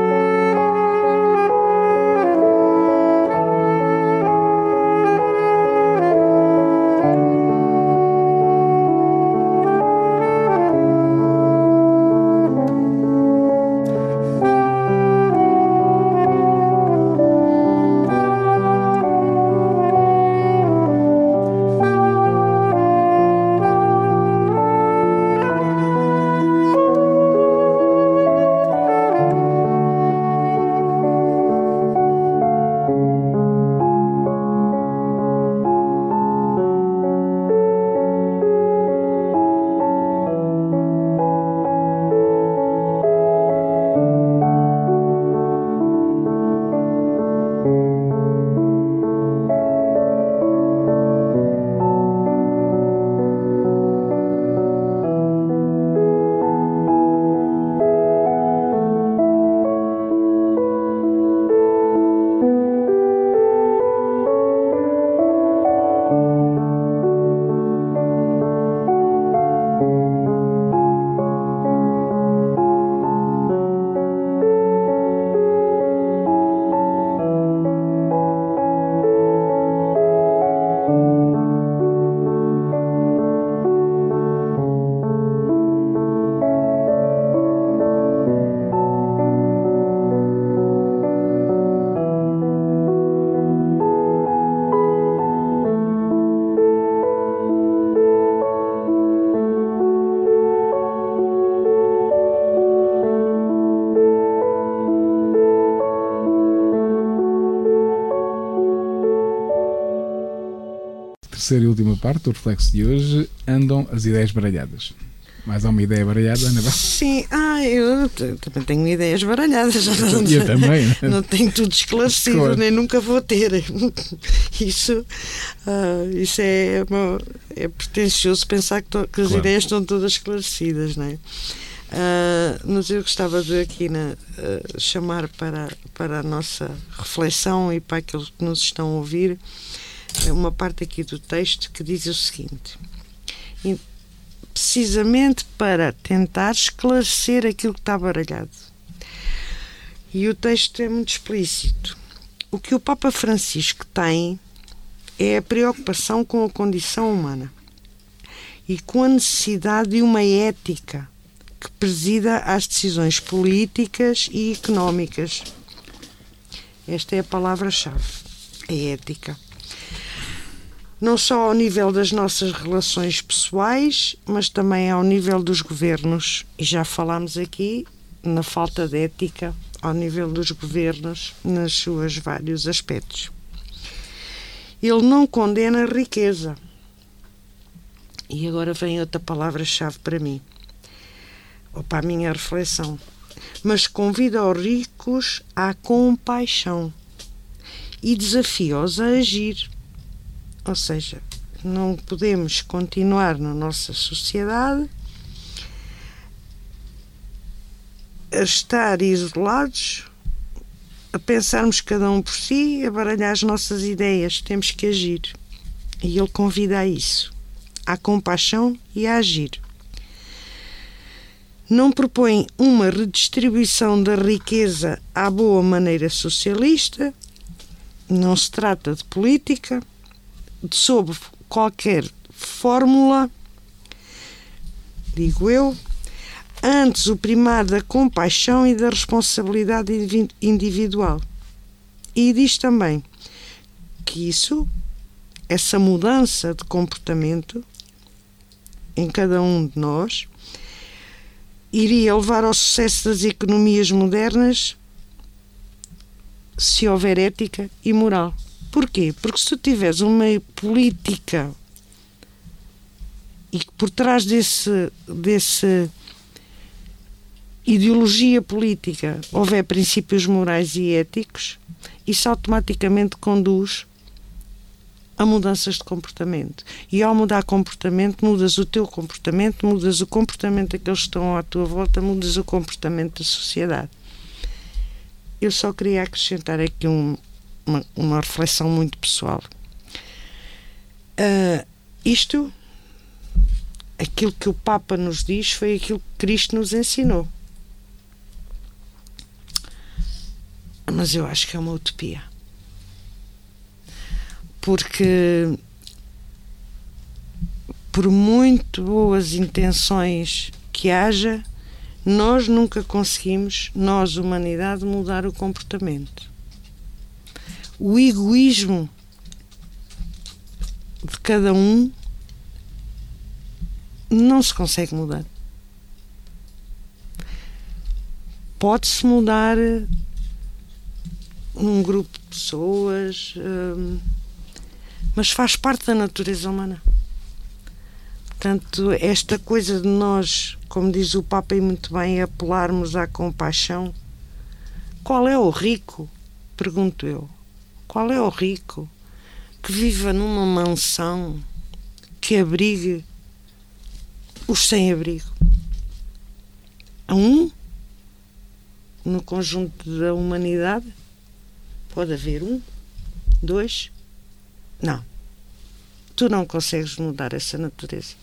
Terceira e última parte do reflexo de hoje, andam as ideias baralhadas. Mais há uma ideia baralhada, Ana? Sim, ah, eu também tenho ideias baralhadas. Eu, eu também. Né? Não tenho tudo esclarecido, claro. Nem nunca vou ter. Isso, uh, isso é, é pretencioso pensar que, to, que as claro. ideias estão todas esclarecidas, não é? Uh, mas eu gostava de aqui na, uh, chamar para, para a nossa reflexão e para aqueles que nos estão a ouvir uma parte aqui do texto que diz o seguinte: precisamente para tentar esclarecer aquilo que está baralhado. E o texto é muito explícito. O que o Papa Francisco tem é a preocupação com a condição humana e com a necessidade de uma ética que presida às decisões políticas e económicas. Esta é a palavra-chave, a ética. Não só ao nível das nossas relações pessoais, mas também ao nível dos governos. E já falámos aqui na falta de ética ao nível dos governos, nos seus vários aspectos. Ele não condena a riqueza. E agora vem outra palavra-chave para mim, ou para a minha reflexão. Mas convida os ricos à compaixão e desafia-os a agir. Ou seja, não podemos continuar na nossa sociedade a estar isolados, a pensarmos cada um por si, a baralhar as nossas ideias. Temos que agir. E ele convida a isso, à compaixão e a agir. Não propõe uma redistribuição da riqueza à boa maneira socialista, Não se trata de política, de sob qualquer fórmula, digo eu, antes o primar da compaixão e da responsabilidade individual. E diz também que isso, essa mudança de comportamento em cada um de nós, iria levar ao sucesso das economias modernas se houver ética e moral. Porquê? Porque se tu tiveres uma política e que por trás desse, desse ideologia política houver princípios morais e éticos, isso automaticamente conduz a mudanças de comportamento. E ao mudar comportamento, mudas o teu comportamento, mudas o comportamento daqueles que estão à tua volta, mudas o comportamento da sociedade. Eu só queria acrescentar aqui um, uma, uma reflexão muito pessoal. Uh, isto, aquilo que o Papa nos diz, foi aquilo que Cristo nos ensinou. Mas eu acho que é uma utopia. Porque, por muito boas intenções que haja, nós nunca conseguimos, nós, humanidade, mudar o comportamento. O egoísmo de cada um não se consegue mudar. Pode-se mudar num grupo de pessoas, hum, mas faz parte da natureza humana. Portanto, esta coisa de nós, como diz o Papa e muito bem, apelarmos à compaixão. Qual é o rico? Pergunto eu. Qual é o rico que viva numa mansão que abrigue os sem-abrigo? Há um no conjunto da humanidade? Pode haver um, dois. Não. Tu não consegues mudar essa natureza.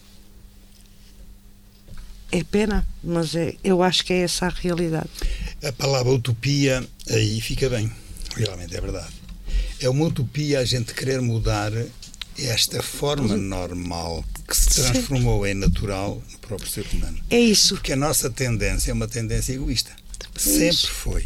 É pena, mas é, eu acho que é essa a realidade. A palavra utopia aí fica bem, realmente é verdade. É uma utopia a gente querer mudar esta forma normal que se transformou em natural no próprio ser humano. É isso. Porque a nossa tendência é uma tendência egoísta. É Sempre isso. foi.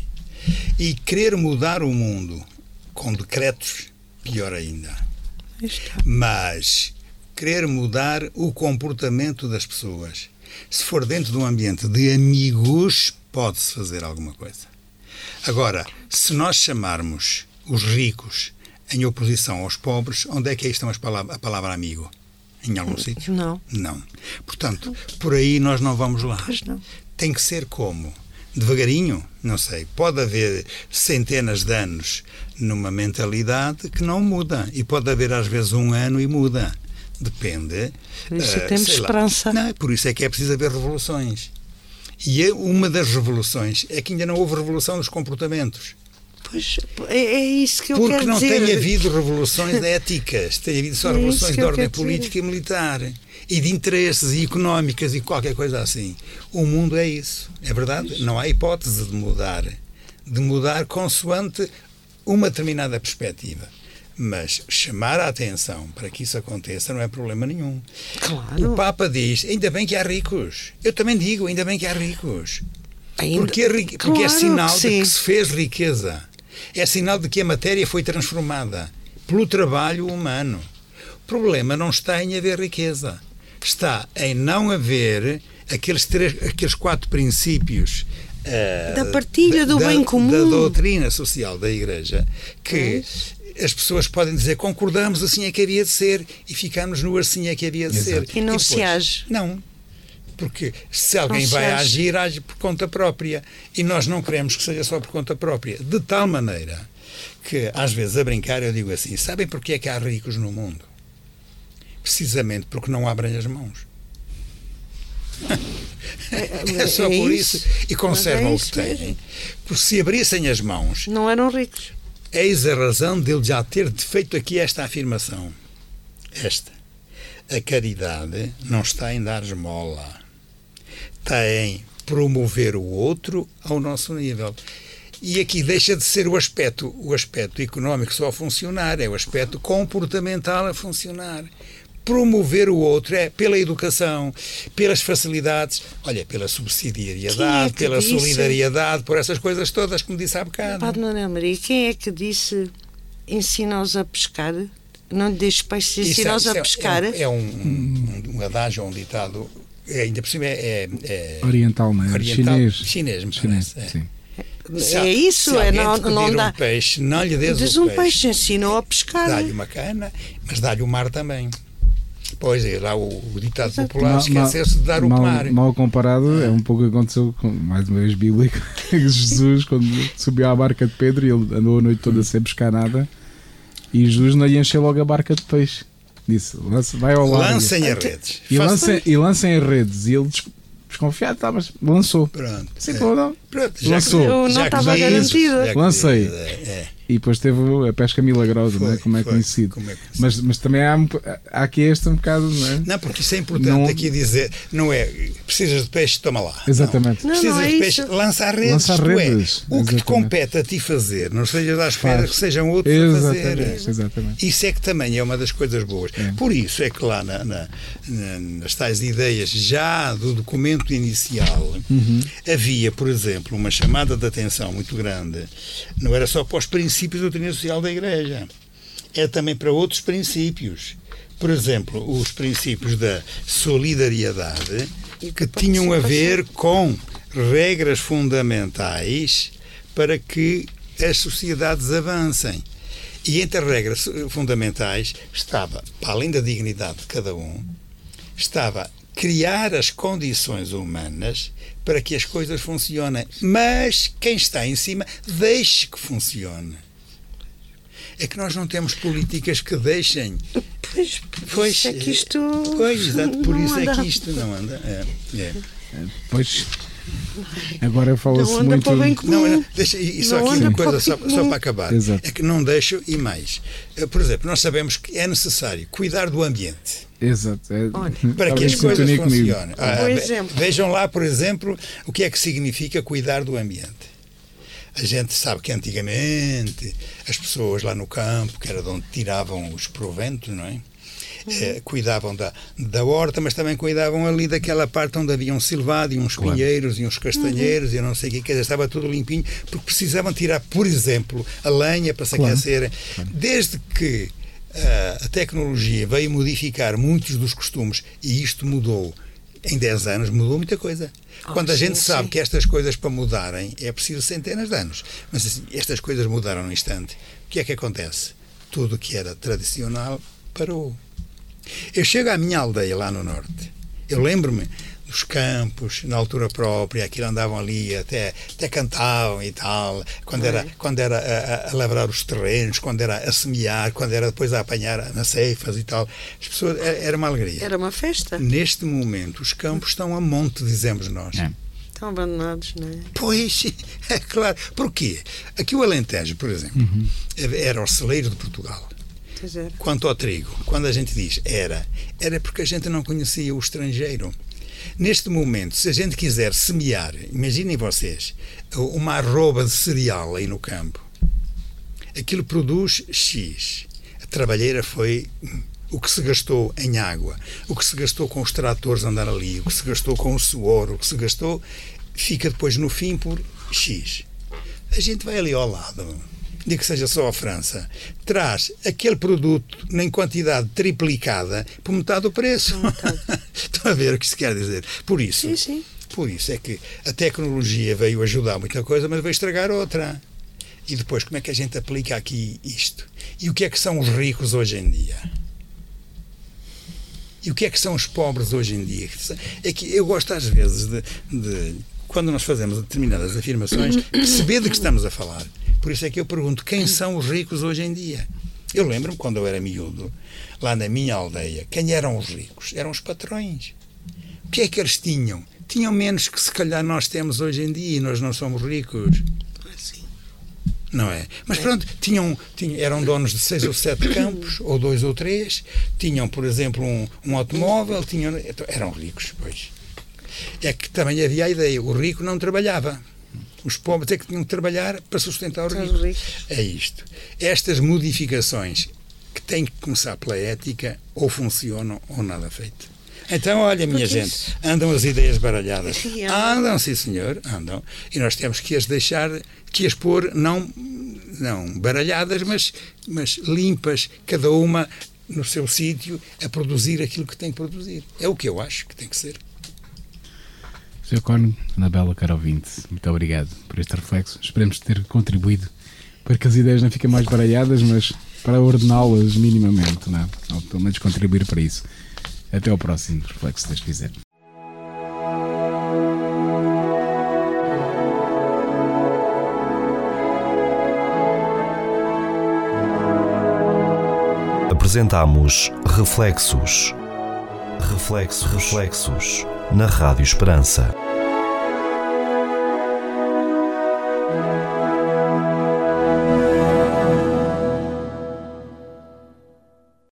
E querer mudar o mundo com decretos, pior ainda. Está. Mas querer mudar o comportamento das pessoas, se for dentro de um ambiente de amigos, pode-se fazer alguma coisa. Agora, se nós chamarmos os ricos em oposição aos pobres, onde é que aí estão as palavras, a palavra amigo? Em algum sítio? Não. Não. Portanto, por aí nós não vamos lá. Pois não. Tem que ser como? Devagarinho? Não sei. Pode haver centenas de anos numa mentalidade que não muda. E pode haver às vezes um ano e muda. Depende. Por isso uh, temos esperança. Não, por isso é que é preciso haver revoluções. E uma das revoluções é que ainda não houve revolução dos comportamentos. Pois, é, é isso que eu Porque quero não dizer. tem havido revoluções éticas, tem havido só É revoluções isso que de eu ordem quero política dizer. e militar. E de interesses e económicas e qualquer coisa assim. O mundo é isso. É verdade? Não há hipótese de mudar. De mudar consoante uma determinada perspectiva. Mas chamar a atenção para que isso aconteça não é problema nenhum. Claro. O Papa diz, ainda bem que há ricos. Eu também digo, ainda bem que há ricos. Ainda... Porque, é, ri... claro porque é sinal que de que se fez riqueza. É sinal de que a matéria foi transformada pelo trabalho humano. O problema não está em haver riqueza. Está em não haver aqueles, três, aqueles quatro princípios uh, da partilha do da, bem comum. Da doutrina social da Igreja, que é. As pessoas podem dizer, concordamos, assim é que havia de ser, e ficamos no assim é que havia de Exato. ser. E não e depois, se age. Não. Porque se alguém Não vai age. agir, age por conta própria. E nós não queremos que seja só por conta própria. De tal maneira que, às vezes, a brincar, eu digo assim, sabem porque é que há ricos no mundo? Precisamente porque não abrem as mãos. É, É só é por isso. isso. E conservam é o que isso têm. mesmo. Porque se abrissem as mãos, Não eram ricos. eis a razão de ele já ter feito aqui esta afirmação. Esta. A caridade não está em dar esmola. Está em promover o outro ao nosso nível. E aqui deixa de ser o aspecto, o aspecto económico só a funcionar, é o aspecto comportamental a funcionar. Promover o outro é pela educação, pelas facilidades, olha, pela subsidiariedade, é pela disse? solidariedade, por essas coisas todas, como disse há bocado. Padre Manuel Maria, quem é que disse ensina-os a pescar? Não lhe deixes peixe, ensina-os a pescar? É, é um, um, um adágio, um ditado, é, ainda por cima é... é, é oriental, não é? Oriental, Chinês. Chinês, me Chinês, parece. É. sim. Se, é isso, se é não, não, não dá. Um peixe, não lhe des Diz o um peixe. peixe, ensina-o a pescar. Dá-lhe uma cana, mas dá-lhe o mar também. Pois é, lá o, o ditado Exato. popular esqueceu-se de dar mal, o mar. Mal comparado, é um pouco o que aconteceu, com, mais uma vez bíblico, Jesus, quando subiu à barca de Pedro, e ele andou a noite toda sem pescar nada, e Jesus não lhe encheu logo a barca de peixe. Disse, lance, vai ao largo. Lancem as redes. E lancem, e lancem as redes. E ele desconfiado, tá, mas lançou. Pronto. Sim, é. não. Pronto, já Lançou. que- Eu não já que estava dizes, garantido. já que Lancei. dizes, é, é. E depois teve a pesca milagrosa, Foi, não é? Como é foi. conhecido. Como é conhecido. Mas, mas também há, um- há aqui este um bocado, não é? Não, porque isso é importante Não- aqui dizer, não é precisas de peixe, toma lá. Exatamente. Não. Não, Precisas não é de peixe, isso. lança as redes. Lança as isto é, redes, o que te exatamente. compete a ti fazer, não estejas à espera Faz. que sejam outros a fazer. Exatamente. Exatamente. Isso é que também é uma das coisas boas. É. Por isso é que lá na, na- na- nas tais ideias já do documento inicial Uhum. havia, por exemplo, uma chamada de atenção muito grande. Não era só para os princípios da doutrina social da Igreja. É também para outros princípios. Por exemplo, os princípios da solidariedade, E que da tinham a participação. ver com regras fundamentais para que as sociedades avancem. E entre as regras fundamentais estava, para além da dignidade de cada um, estava criar as condições humanas para que as coisas funcionem. Mas quem está em cima deixe que funcione. É que nós não temos políticas que deixem. Pois, por Pois, isso é que isto. Pois, exato, por não isso é anda. que isto não anda. É, é. Pois, agora fala-se Não anda muito. para o bem comum. Não, não, deixa, e só Não aqui anda uma coisa, para o só, bem só comum. para acabar. Exato. É que não deixo e mais. Eh, Por exemplo, nós sabemos que é necessário cuidar do ambiente Exato. É, Olha, para estava que em as coisas sintonia comigo. funcionem. Ah, Por ve- exemplo. Vejam lá, por exemplo, o que é que significa cuidar do ambiente. A gente sabe que antigamente as pessoas lá no campo, que era de onde tiravam os proventos, não é? Eh, cuidavam da, da horta, mas também cuidavam ali daquela parte onde havia um silvado e uns Claro. pinheiros e uns castanheiros e eu não sei o que, quer dizer, estava tudo limpinho, porque precisavam tirar, por exemplo, a lenha para se Claro. aquecerem. Desde que ah, a tecnologia veio modificar muitos dos costumes e isto mudou em dez anos, mudou muita coisa. Ah, Quando a sim, gente sabe sim. que estas coisas para mudarem é preciso centenas de anos, mas assim, estas coisas mudaram num instante. O que é que acontece? Tudo o que era tradicional parou. Eu chego à minha aldeia lá no norte. Eu lembro-me dos campos, na altura própria, aquilo andavam ali, até, até cantavam e tal, quando era, quando era a, a, a lavrar os terrenos, quando era a semear, quando era depois a apanhar nas ceifas e tal. As pessoas, era, era uma alegria. Era uma festa. Neste momento, os campos estão a monte, dizemos nós. É. Estão abandonados, não é? Pois, é claro. Porquê? Aqui o Alentejo, por exemplo, era o celeiro de Portugal. Pois é. Quanto ao trigo, quando a gente diz era, era porque a gente não conhecia o estrangeiro. Neste momento, se a gente quiser semear, imaginem vocês, uma arroba de cereal aí no campo, aquilo produz X. A trabalheira foi o que se gastou em água, o que se gastou com os tratores a andar ali, o que se gastou com o suor, o que se gastou, fica depois no fim por X. A gente vai ali ao lado, digo que seja só a França, traz aquele produto em quantidade triplicada por metade do preço. Estão a ver o que isso quer dizer? Por isso, Sim, sim. por isso é que a tecnologia veio ajudar muita coisa, mas veio estragar outra. E depois, como é que a gente aplica aqui isto? E o que é que são os ricos hoje em dia? E o que é que são os pobres hoje em dia? É que eu gosto às vezes de, de quando nós fazemos determinadas afirmações, perceber de que estamos a falar. Por isso é que eu pergunto, quem são os ricos hoje em dia? Eu lembro-me, quando eu era miúdo, lá na minha aldeia, quem eram os ricos? Eram os patrões. O que é que eles tinham? Tinham menos que se calhar nós temos hoje em dia e nós não somos ricos. Assim. Não é? Mas pronto, tinham, tinham, eram donos de seis ou sete campos, ou dois ou três, tinham, por exemplo, um, um automóvel, tinham, eram ricos, pois. É que também havia a ideia, o rico não trabalhava. Os pobres é que tinham que trabalhar para sustentar os ricos. É isto. Estas modificações que têm que começar pela ética, ou funcionam ou nada feito. Então, olha, minha Porque gente, isso... andam as ideias baralhadas. Sim, andam, sim, senhor, andam. E nós temos que as deixar, que as pôr, não, não baralhadas, mas, mas limpas, cada uma no seu sítio, a produzir aquilo que tem que produzir. É o que eu acho que tem que ser. senhor Cónigo, Anabela, caro ouvinte, muito obrigado por este reflexo. Esperemos ter contribuído para que as ideias não fiquem mais baralhadas, mas para ordená-las minimamente, não é? Ou pelo menos contribuir para isso. Até ao próximo reflexo, se Deus quiser. Apresentamos Reflexos. Reflexos, Reflexos, na Rádio Esperança.